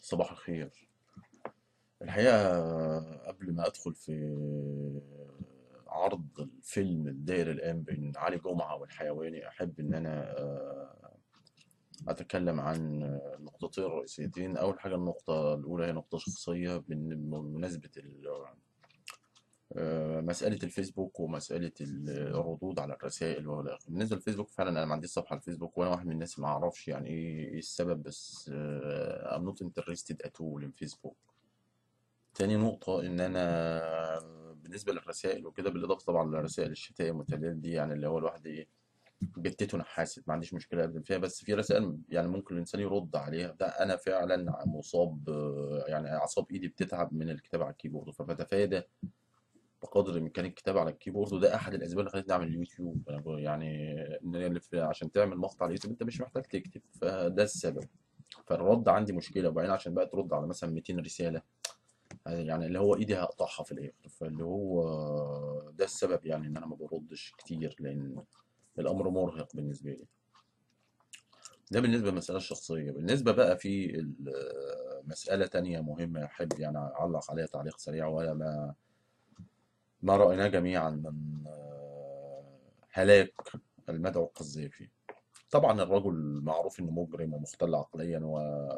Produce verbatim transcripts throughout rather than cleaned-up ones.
صباح الخير. الحقيقة قبل ما أدخل في عرض الفيلم الداير الآن بين علي جمعة والحيواني، أحب إن أنا آه، أتكلم عن نقطتين رئيسيتين. أول حاجة، النقطة الأولى هي نقطة شخصية بالن- بمناسبة ال- آه، مسألة الفيسبوك ومسألة الردود على الرسائل والى آخره. بالنسبة للفيسبوك، فعلا أنا ما عنديش صفحة على الفيسبوك، وأنا واحد من الناس ما أعرفش يعني إيه إيه السبب، بس آه، I'm not interested at all in Facebook. تاني نقطة إن أنا بالنسبة للرسائل وكده، بالإضافة طبعا لرسائل الشتائم والتهديد دي، يعني اللي هو الواحد إيه، جتته نحاست، ما عنديش مشكلة أقدم فيها، بس في رسائل يعني ممكن الإنسان يرد عليها. ده أنا فعلا مصاب، آه، يعني أعصاب إيدي بتتعب من الكتابة على الكيبورد، فبتفادى بقدر الإمكان الكتابة على الكيبورد. وده أحد الأسباب اللي خلتني أعمل اليوتيوب. أنا بقول يعني إن اللي في- عشان تعمل مقطع على اليوتيوب أنت مش محتاج تكتب، فده السبب. فالرد عندي مشكلة، وبعدين عشان بقى ترد على مثلا مئتين رسالة، يعني اللي هو ايدي هقطعها في الاخر. فاللي هو ده السبب يعني ان انا ما بردش كتير، لان الامر مرهق بالنسبه لي. ده بالنسبه للمساله الشخصيه. بالنسبه بقى في ال- مساله تانية مهمه، احب يعني اعلق عليها تعليق سريع، وهي ما ما رايناه جميعا من آه، هلاك المدعو القذافي. طبعا الرجل معروف انه مجرم ومختل عقليا و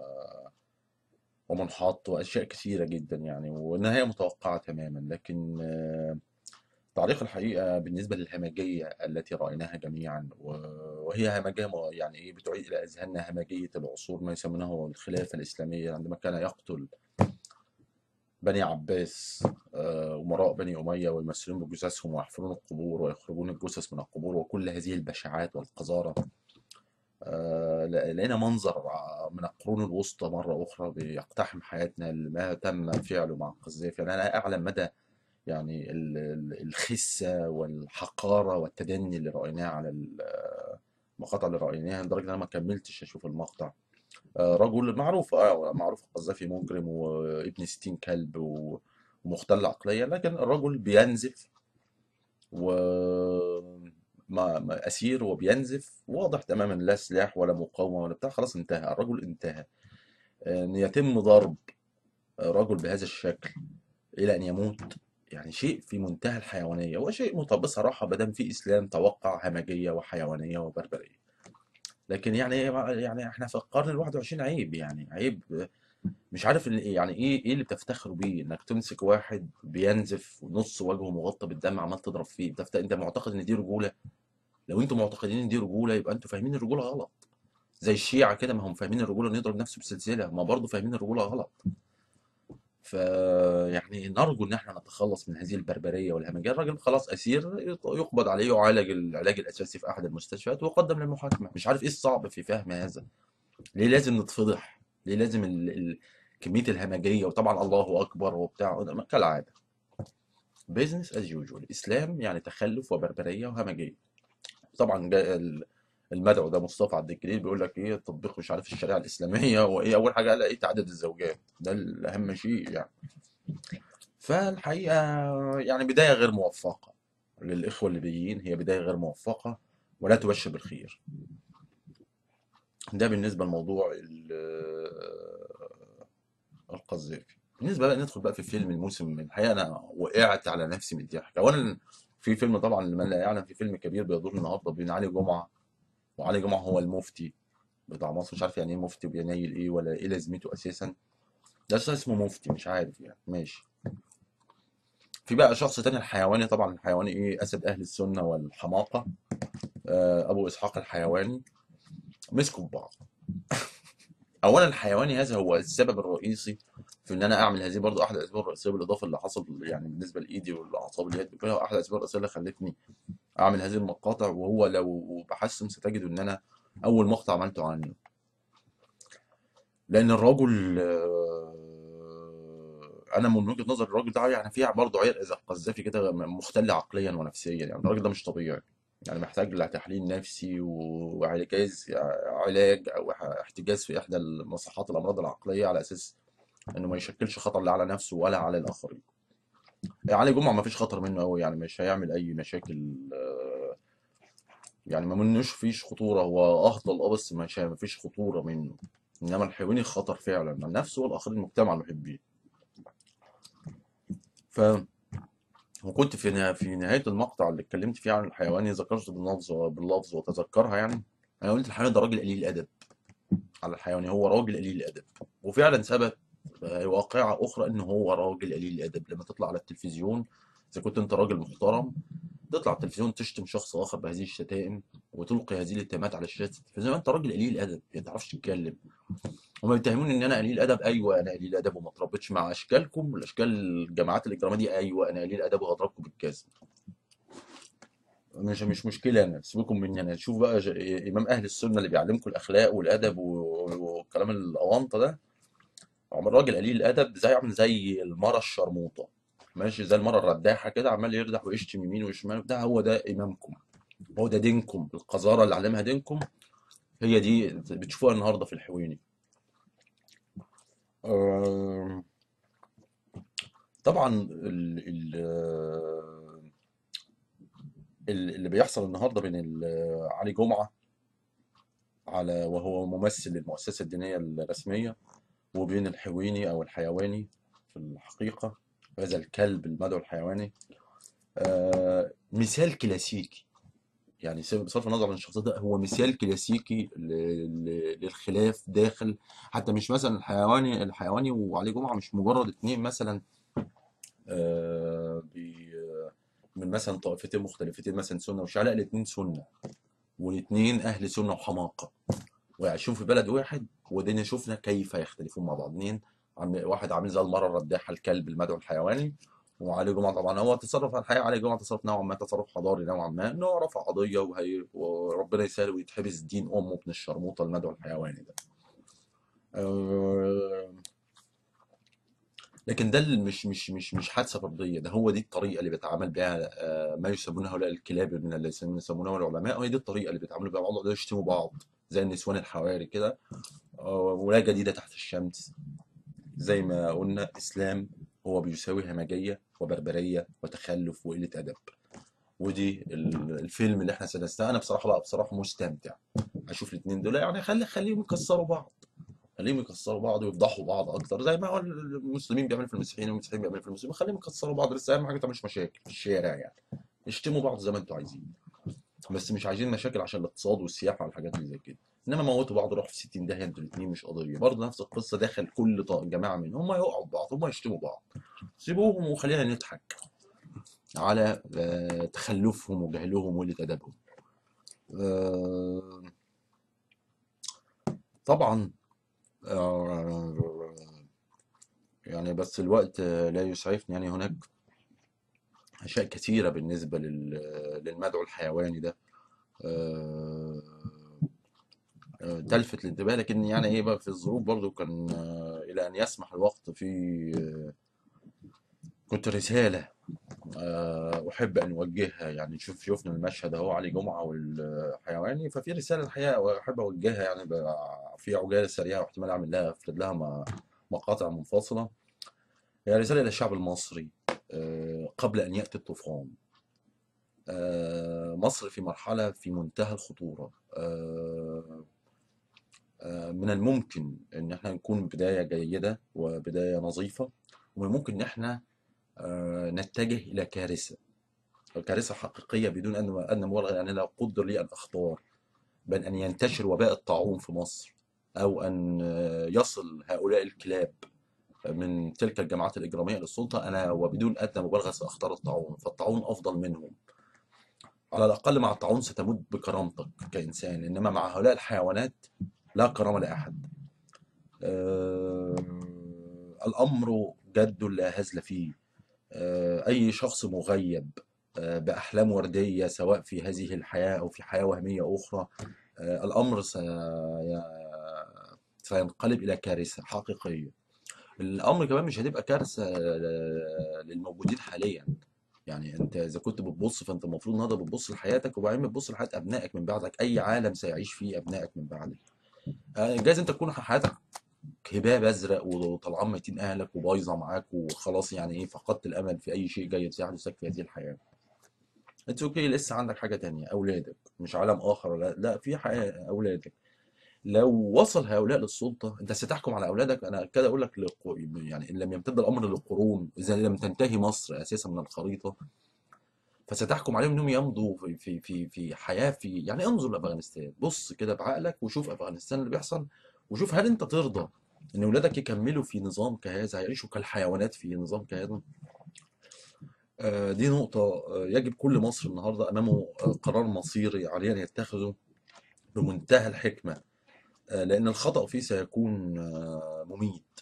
ومنحط واشياء كثيره جدا يعني، والنهايه متوقعه تماما. لكن آه، تعليق الحقيقة بالنسبة للهمجية التي رأيناها جميعا، و- وهي همجية م- يعني إيه، بتعيد إلى أذهاننا همجية العصور، ما يسمونه الخلافة الإسلامية، عندما كان يقتل بني عباس، آه، أمراء بني أمية، ويمثلون بجثثهم ويحفرون القبور ويخرجون الجثث من القبور، وكل هذه البشاعات والقذارة. آه، ل- لقينا منظر ع- من القرون الوسطى مرة أخرى بيقتحم حياتنا، ما تم فعله مع القذافي. يعني أنا لا أعلم مدى يعني ال- ال- الخسة والحقارة والتدني اللي رأيناه على ال- المقاطع اللي رأيناها، لدرجة إن أنا ما كملتش أشوف المقطع. آه، رجل معروف، آه معروف القذافي مجرم وابن ستين كلب و- ومختل عقليا، لكن الرجل بينزف و ما ما أسير وبينزف واضح تماما، لا سلاح ولا مقاومة ولا بتاع، خلاص انتهى الرجل، انتهى. أن يتم ضرب رجل بهذا الشكل إلى أن يموت، يعني شيء في منتهى الحيوانية، وشيء مط- بصراحة ما دام في إسلام توقع همجية وحيوانية وبربرية. لكن يعني يعني احنا في القرن الواحد وعشرين، عيب يعني عيب. مش عارف ال- يعني ايه ايه اللي بتفتخروا بيه، انك تمسك واحد بينزف ونص وجهه مغطى بالدم عمال تضرب فيه؟ بتفت... انت معتقد ان دي رجولة؟ لو انتوا معتقدين ان دي رجولة، يبقى انتوا فاهمين الرجولة غلط. زي الشيعة كده، ما هم فاهمين الرجولة انه يضرب نفسه بسلسلة، ما برضه فاهمين الرجولة غلط. فيعني نرجو ان احنا نتخلص من هذه البربريه والهمجيه. الراجل خلاص اسير، يقبض عليه، يعالج العلاج الاساسي في احد المستشفيات، ويقدم للمحاكمه. مش عارف ايه الصعب في فهم هذا. ليه لازم نتفضح؟ ليه لازم ال... ال... كميه الهمجيه، وطبعا الله اكبر وبتاع كالعاده. بيزنس از يوجوال. اسلام يعني تخلف وبربريه وهمجيه. طبعا جاء ال- المدعو ده مصطفى عبد الجليل بيقول لك ايه تطبيق مش عارف الشريعه الاسلاميه، وايه اول حاجه قال ايه؟ تعدد الزوجات، ده الاهم شيء يعني. فالحقيقة يعني بداية غير موفقة للإخوة الليبيين، هي بداية غير موفقة ولا تبشر بالخير. ده بالنسبة لموضوع ال- القذافي. بالنسبة بقى ندخل بقى في فيلم الموسم، الحقيقة أنا وقعت على نفسي من الضحك. أولا في فيلم، طبعا لمن لا يعلم، في فيلم كبير بيدور النهارده بين علي جمعة، وعلي جمعة هو المفتي بتاع مصر. مش عارف يعني ايه مفتي وبينيل ايه ولا ايه لازمته اساسا. ده أساساً اسمه مفتي، مش عارف يعني، ماشي. في بقى شخص تاني الحيواني، طبعا الحيواني ايه، اسد اهل السنه والحماقه، آه، ابو اسحاق الحيواني. مسكوا في بعض. اولا الحيواني هذا هو السبب الرئيسي في ان انا اعمل هذه، برضو احد الاسباب الرئيسيه، بالاضافه اللي حصل يعني بالنسبه لايدي والاعصاب اليد وكده، هو احد الاسباب الرئيسيه اللي خلتني اعمل هذه المقاطع. وهو لو بحثتم ستجدوا ان انا اول مقطع عملته عنه، لان الرجل آه، انا من وجهه نظر الراجل ده يعني فيه برضه عرق زي القذافي كده، مختل عقليا ونفسيا. يعني الراجل ده مش طبيعي، يعني محتاج لتحليل نفسي وعلاج، علاج او احتجاز في احدى المصحات الامراض العقليه، على اساس انه ما يشكلش خطر لا على نفسه ولا على الاخرين. علي جمعه ما فيش خطر منه قوي، يعني مش هيعمل اي مشاكل، آه، يعني ما منوش فيش خطوره، هو اهطل اه، بس مش ما فيش خطوره منه. انما الحيواني خطر فعلا على نفسه والاخرين، المجتمع المحيط بيه. وكنت في نها- في نهاية المقطع اللي اتكلمت فيه عن الحيواني ذكرت باللفظ باللفظ وتذكرها يعني. أنا قلت الحيواني ده راجل قليل الأدب. على الحيواني هو راجل قليل الأدب، وفعلا ثبت آه، واقعة أخرى إن هو راجل قليل الأدب. لما تطلع على التلفزيون، إذا كنت أنت راجل محترم، تطلع على التلفزيون تشتم شخص آخر بهذه الشتائم وتلقي هذه الاتهامات على شاشة التلفزيون، أنت راجل قليل الأدب ما تعرفش تتكلم. هما بيتهموني ان انا قليل ادب، ايوه انا قليل ادب وما اتربيتش مع اشكالكم والاشكال الجماعات الاجراميه دي، ايوه انا قليل ادب وهضربكم بالكاس. مش مش مشكلة، أنا سيبكم مني. أنا شوف بقى ج- إمام أهل السنة اللي بيعلمكم الأخلاق والأدب و- والكلام الأونطة ده، عمر راجل قليل الأدب، زي عامل زي المرة الشرموطة، ماشي زي المرة الرداحة كده، عمال يردح ويشتم يمين وشمال. ده هو ده إمامكم، هو ده دينكم، القذارة اللي علمها دينكم هي دي بتشوفوها النهاردة في الحويني. آم، طبعا ال- ال- ال- اللي بيحصل النهارده بين ال- علي جمعة، على وهو ممثل للمؤسسة الدينية الرسمية، وبين الحويني أو الحيواني في الحقيقة، هذا الكلب المدعو الحيواني، آه مثال كلاسيكي. يعني سيب- بصرف النظر عن الشخصية، ده هو مثال كلاسيكي ل- ل- للخلاف داخل. حتى مش مثلا الحيواني الحيواني وعلي جمعة مش مجرد اتنين مثلا، آه بي من مثلا طائفتين مختلفتين، مثلا سنة وشيعة، لا الاتنين سنة، والاتنين أهل سنة وحماقة، ويعيشون في بلد واحد، ودينا شفنا كيف يختلفون مع بعض. اتنين عم واحد عامل زي المرة الرداحة الكلب المدعو الحيواني، وعلي جمعة طبعا هو تصرف على الحقيقة، علي جمعة تصرف نوعا ما تصرف حضاري نوعا ما، انه رفع قضية وهي وربنا يسهل ويتحبس دين امه ابن الشرموطة المدعو الحيواني ده. أه... لكن ده اللي مش مش مش مش حادثة فردية، ده هو دي الطريقة اللي بيتعامل بها آه، ما يسمونه هؤلاء الكلاب من الذين يسمونهم العلماء، وهي دي الطريقة اللي بيتعاملوا بها بعض، يشتموا بعض زي النسوان الحواري كده. آه، ولا جديدة تحت الشمس. زي ما قلنا الإسلام هو بيساوي همجية وبربرية وتخلف وقلة أدب. ودي ال- الفيلم اللي احنا سلسلناه. أنا بصراحة لا بصراحة مستمتع أشوف الاتنين دول، يعني خلي خليهم يكسروا بعض، خليهم يكسروا بعض ويفضحوا بعض أكتر، زي ما هو المسلمين بيعملوا في المسيحيين والمسيحيين بيعملوا في المسلمين، خليهم يكسروا بعض، بس أهم حاجة ما تعملوش مشاكل في الشارع يعني. اشتموا بعض زي ما انتوا عايزين، بس مش عايزين مشاكل عشان الاقتصاد والسياحه والحاجات اللي زي كده. انما موتوا بعض روحوا في ستين داهيه انتوا الاثنين مش قضيه. برضه نفس القصه داخل كل طا- جماعه منهم، هم يقعوا ببعض، هم يشتموا بعض، سيبوهم وخلينا نضحك على آه، تخلفهم وجهلهم وقله ادبهم. آه، طبعا آه، يعني بس الوقت آه، لا يسعفني. يعني هناك اشياء كثيره بالنسبه لل- للمدعو الحيواني ده آه، آه، تلفت الانتباه، لكن يعني ايه بقى في الظروف برضو كان آه، الى ان يسمح الوقت في آه، كنت رسالة آه، احب ان اوجهها. يعني شوف شوفنا المشهد اهو علي جمعة والحيواني، ففي رسالة الحقيقة واحب اوجهها يعني ب- في عجالة سريعة، واحتمال اعمل لها افرد لها م- مقاطع منفصلة. هي رسالة الى الشعب المصري آه، قبل ان يأتي الطوفان. آه، مصر في مرحلة في منتهى الخطورة. آه، آه، من الممكن ان احنا نكون بداية جيدة وبداية نظيفة، ومن الممكن ان احنا آه، نتجه الى كارثة، كارثة حقيقية بدون ان ان مبالغة. يعني لو قدر لي ان اختار بين ان ينتشر وباء الطاعون في مصر، او ان آه، يصل هؤلاء الكلاب من تلك الجماعات الإجرامية للسلطة، أنا وبدون أدنى مبالغة سأختار الطاعون، فالطاعون أفضل منهم. على الأقل مع الطاعون ستموت بكرامتك كإنسان، إنما مع هؤلاء الحيوانات لا كرامة لأحد. آه، الأمر جد لا هزل فيه. آه، أي شخص مغيب آه، بأحلام وردية سواء في هذه الحياة أو في حياة وهمية أخرى، آه، الأمر سي- سينقلب إلى كارثة حقيقية. الأمر كمان مش هتبقى كارثة آه، للموجودين حاليا. يعني انت اذا كنت بتبص فانت المفروض النهارده بتبص لحياتك، وبعدين بتبص لحياه ابنائك من بعدك، اي عالم سيعيش فيه ابنائك من بعدك. آه، جايز انت تكون حياتك هباب ازرق وطلعان ميتين اهلك وبايظه معاك وخلاص، يعني ايه فقدت الامل في اي شيء جيد سيحدث لك في هذه الحياه. انت اوكي لسه عندك حاجه تانية، اولادك مش عالم اخر، لا لا في حياه اولادك. لو وصل هؤلاء للسلطة أنت ستحكم على أولادك. أنا كده أقول لك لق- يعني إن لم يمتد الأمر للقرون، إذا لم تنتهي مصر أساسا من الخريطة، فستحكم عليهم إنهم يمضوا في في في في حياة في يعني انظر لأفغانستان، بص كده بعقلك وشوف أفغانستان اللي بيحصل، وشوف هل أنت ترضى إن أولادك يكملوا في نظام كهذا، هيعيشوا كالحيوانات في نظام كهذا؟ آه، دي نقطة آه، يجب كل مصر النهاردة أمامه آه، قرار مصيري عليه أن يتخذه بمنتهى الحكمة، آه، لأن الخطأ فيه سيكون آه، مميت.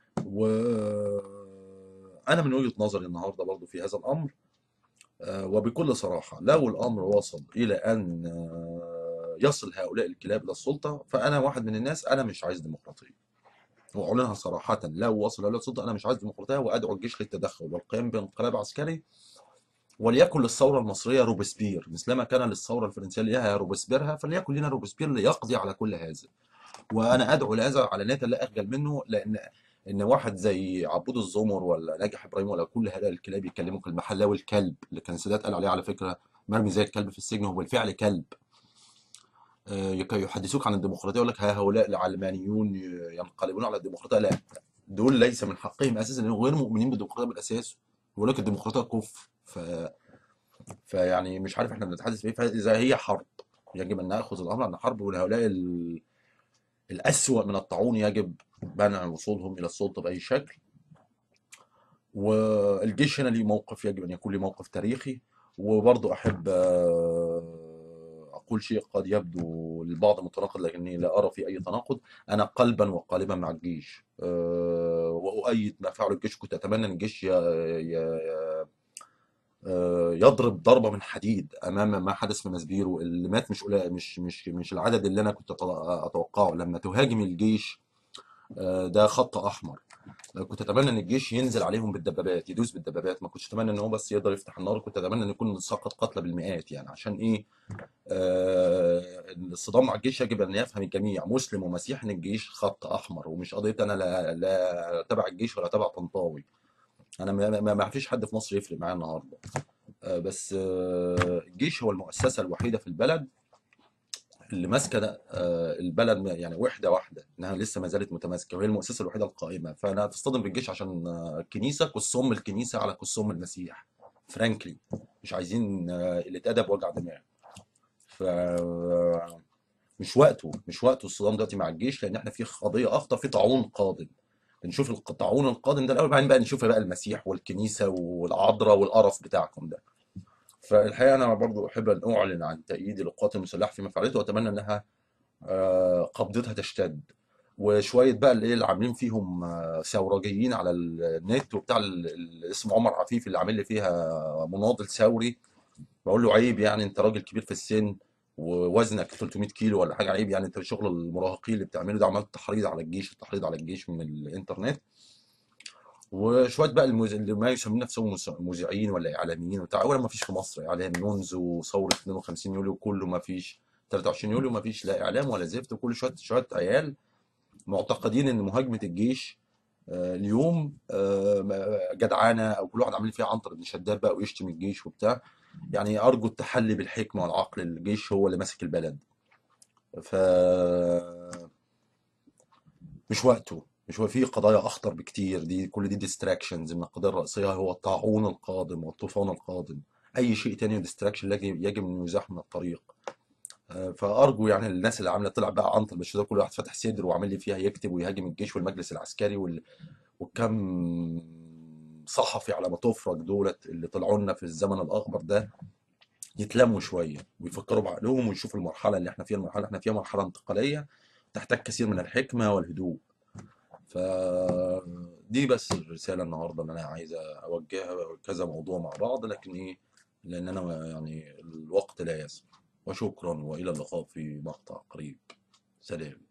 وأنا من وجهة نظري النهاردة برضو في هذا الأمر، آه، وبكل صراحة لو الأمر وصل إلى أن آه، يصل هؤلاء الكلاب إلى السلطة، فأنا واحد من الناس أنا مش عايز ديمقراطية، وأعلنها صراحة. لو وصل هؤلاء السلطة أنا مش عايز ديمقراطية، وأدعو الجيش للتدخل والقيام بانقلاب عسكري، وليكن للثورة المصرية روبسبير مثلما كان للثورة الفرنسية لها روبسبيرها، فليكن لنا روبسبير ليقضي على كل هذا. وانا ادعو لهذا علانيه لا اخجل منه، لان ان واحد زي عبود الزمر ولا ناجح ابراهيم ولا كل هؤلاء الكلاب يكلموك المحلاوي الكلب اللي كان السادات قال عليه على فكره مرمي زي الكلب في السجن، هو بالفعل كلب. آه، يك- يحدثوك عن الديمقراطيه يقول لك ها هؤلاء العلمانيون ينقلبون على الديمقراطيه. لا، دول ليس من حقهم اساسا لانهم غير مؤمنين بالديمقراطيه بالاساس، بيقول لك الديمقراطيه كفر. ف... فيعني مش عارف احنا بنتحدث في ايه. فاذا هي حرب يجب ان ناخذ الامر ان حرب، وهؤلاء ال... الأسوأ من الطاعون يجب منع وصولهم إلى السلطة بأي شكل. والجيش هنا ليه موقف، يجب أن يكون ليه موقف تاريخي. وبرضه أحب آه، أقول شيء قد يبدو للبعض متناقض لكني لا أرى فيه أي تناقض. أنا قلبا وقالبا مع الجيش، آه، وأؤيد ما فعله الجيش. كنت أتمنى أن الجيش ي- ي- آه، يضرب ضربة من حديد أمام ما حدث في مسبيرو. اللي مات مش قليل، مش مش مش العدد اللي أنا كنت أتوقعه. لما تهاجم الجيش آه، ده خط احمر. آه، كنت اتمنى ان الجيش ينزل عليهم بالدبابات، يدوس بالدبابات. ما كنتش اتمنى ان هو بس يقدر يفتح النار، كنت اتمنى ان يكون سقط قتلى بالمئات. يعني عشان ايه؟ آه الصدام مع الجيش يجب ان يفهم الجميع مسلم ومسيحي ان الجيش خط احمر، ومش قضيه انا لا, لا تبع الجيش ولا تبع طنطاوي. انا ما, ما, ما فيش حد في مصر يفرق معايا النهارده. آه بس آه الجيش هو المؤسسه الوحيده في البلد اللي ماسكه ده آه، البلد، يعني وحده واحده انها لسه ما زالت متماسكه، وهي المؤسسه الوحيده القائمه. فانا هتصطدم بالجيش عشان آه، الكنيسه، كسهم الكنيسه على كسهم المسيح. فرانكلي مش عايزين آه، قله ادب وجع دماغ. ف مش وقته مش وقته الصدام دلوقتي مع الجيش، لان احنا في قضيه اخطر، في طاعون قادم. نشوف الطاعون القادم ده الاول، بعدين بقى نشوف بقى المسيح والكنيسه والعذراء والقرف بتاعكم ده. فالحقيقه انا برضو احب ان اعلن عن تأييدي للقوات المسلحه فيما فعلته، واتمنى انها آه، قبضتها تشتد. وشويه بقى اللي ايه اللي عاملين فيهم آه، ثورجيين على النت وبتاع، ال- ال- اسمه عمر عفيف اللي عامل لي فيها مناضل ثوري. بقول له عيب، يعني انت راجل كبير في السن ووزنك ثلاثمائة كيلو ولا حاجه، عيب يعني انت شغل المراهقين اللي بتعمله ده. عملت تحريض على الجيش، التحريض على الجيش من الانترنت. وشويه بقى المز... اللي ما يسمون نفسهم مس- مذيعين ولا اعلاميين وبتاع. اولا ما فيش في مصر اعلام منذ ثوره اثنين وخمسين يوليو كله، ما فيش ثلاثة وعشرين يوليو ما فيش لا اعلام ولا زفت. وكل شويه شويه عيال معتقدين ان مهاجمه الجيش آه، اليوم آه، جدعانه، او كل واحد عاملين فيها عنتر بن شداد بقى ويشتم الجيش وبتاع. يعني ارجو التحلي بالحكمه والعقل. الجيش هو اللي ماسك البلد. ف مش وقته مش هو في قضايا اخطر بكتير. دي كل دي ديستراكشنز من القضيه الرئيسيه، هو الطاعون القادم والطوفان القادم. اي شيء تاني ديستراكشن يجب يجب انه يزاح من الطريق. آه، فارجو يعني الناس اللي عامله طلع بقى عنتر بالشداد، كل واحد فاتح صدر وعامل لي فيها يكتب ويهاجم الجيش والمجلس العسكري وال... وكم صحفي على ما تفرج دولت اللي طلعوا لنا في الزمن الاخضر ده، يتلموا شويه ويفكروا بعقلهم ويشوفوا المرحله اللي احنا فيها. المرحله اللي احنا فيها مرحله انتقاليه تحتاج كثير من الحكمه والهدوء. ف دي بس الرساله النهارده اللي انا عايز اوجهها. كذا موضوع مع بعض لكن ايه، لان انا يعني الوقت لا يسمح. وشكرا والى اللقاء في مقطع قريب. سلام.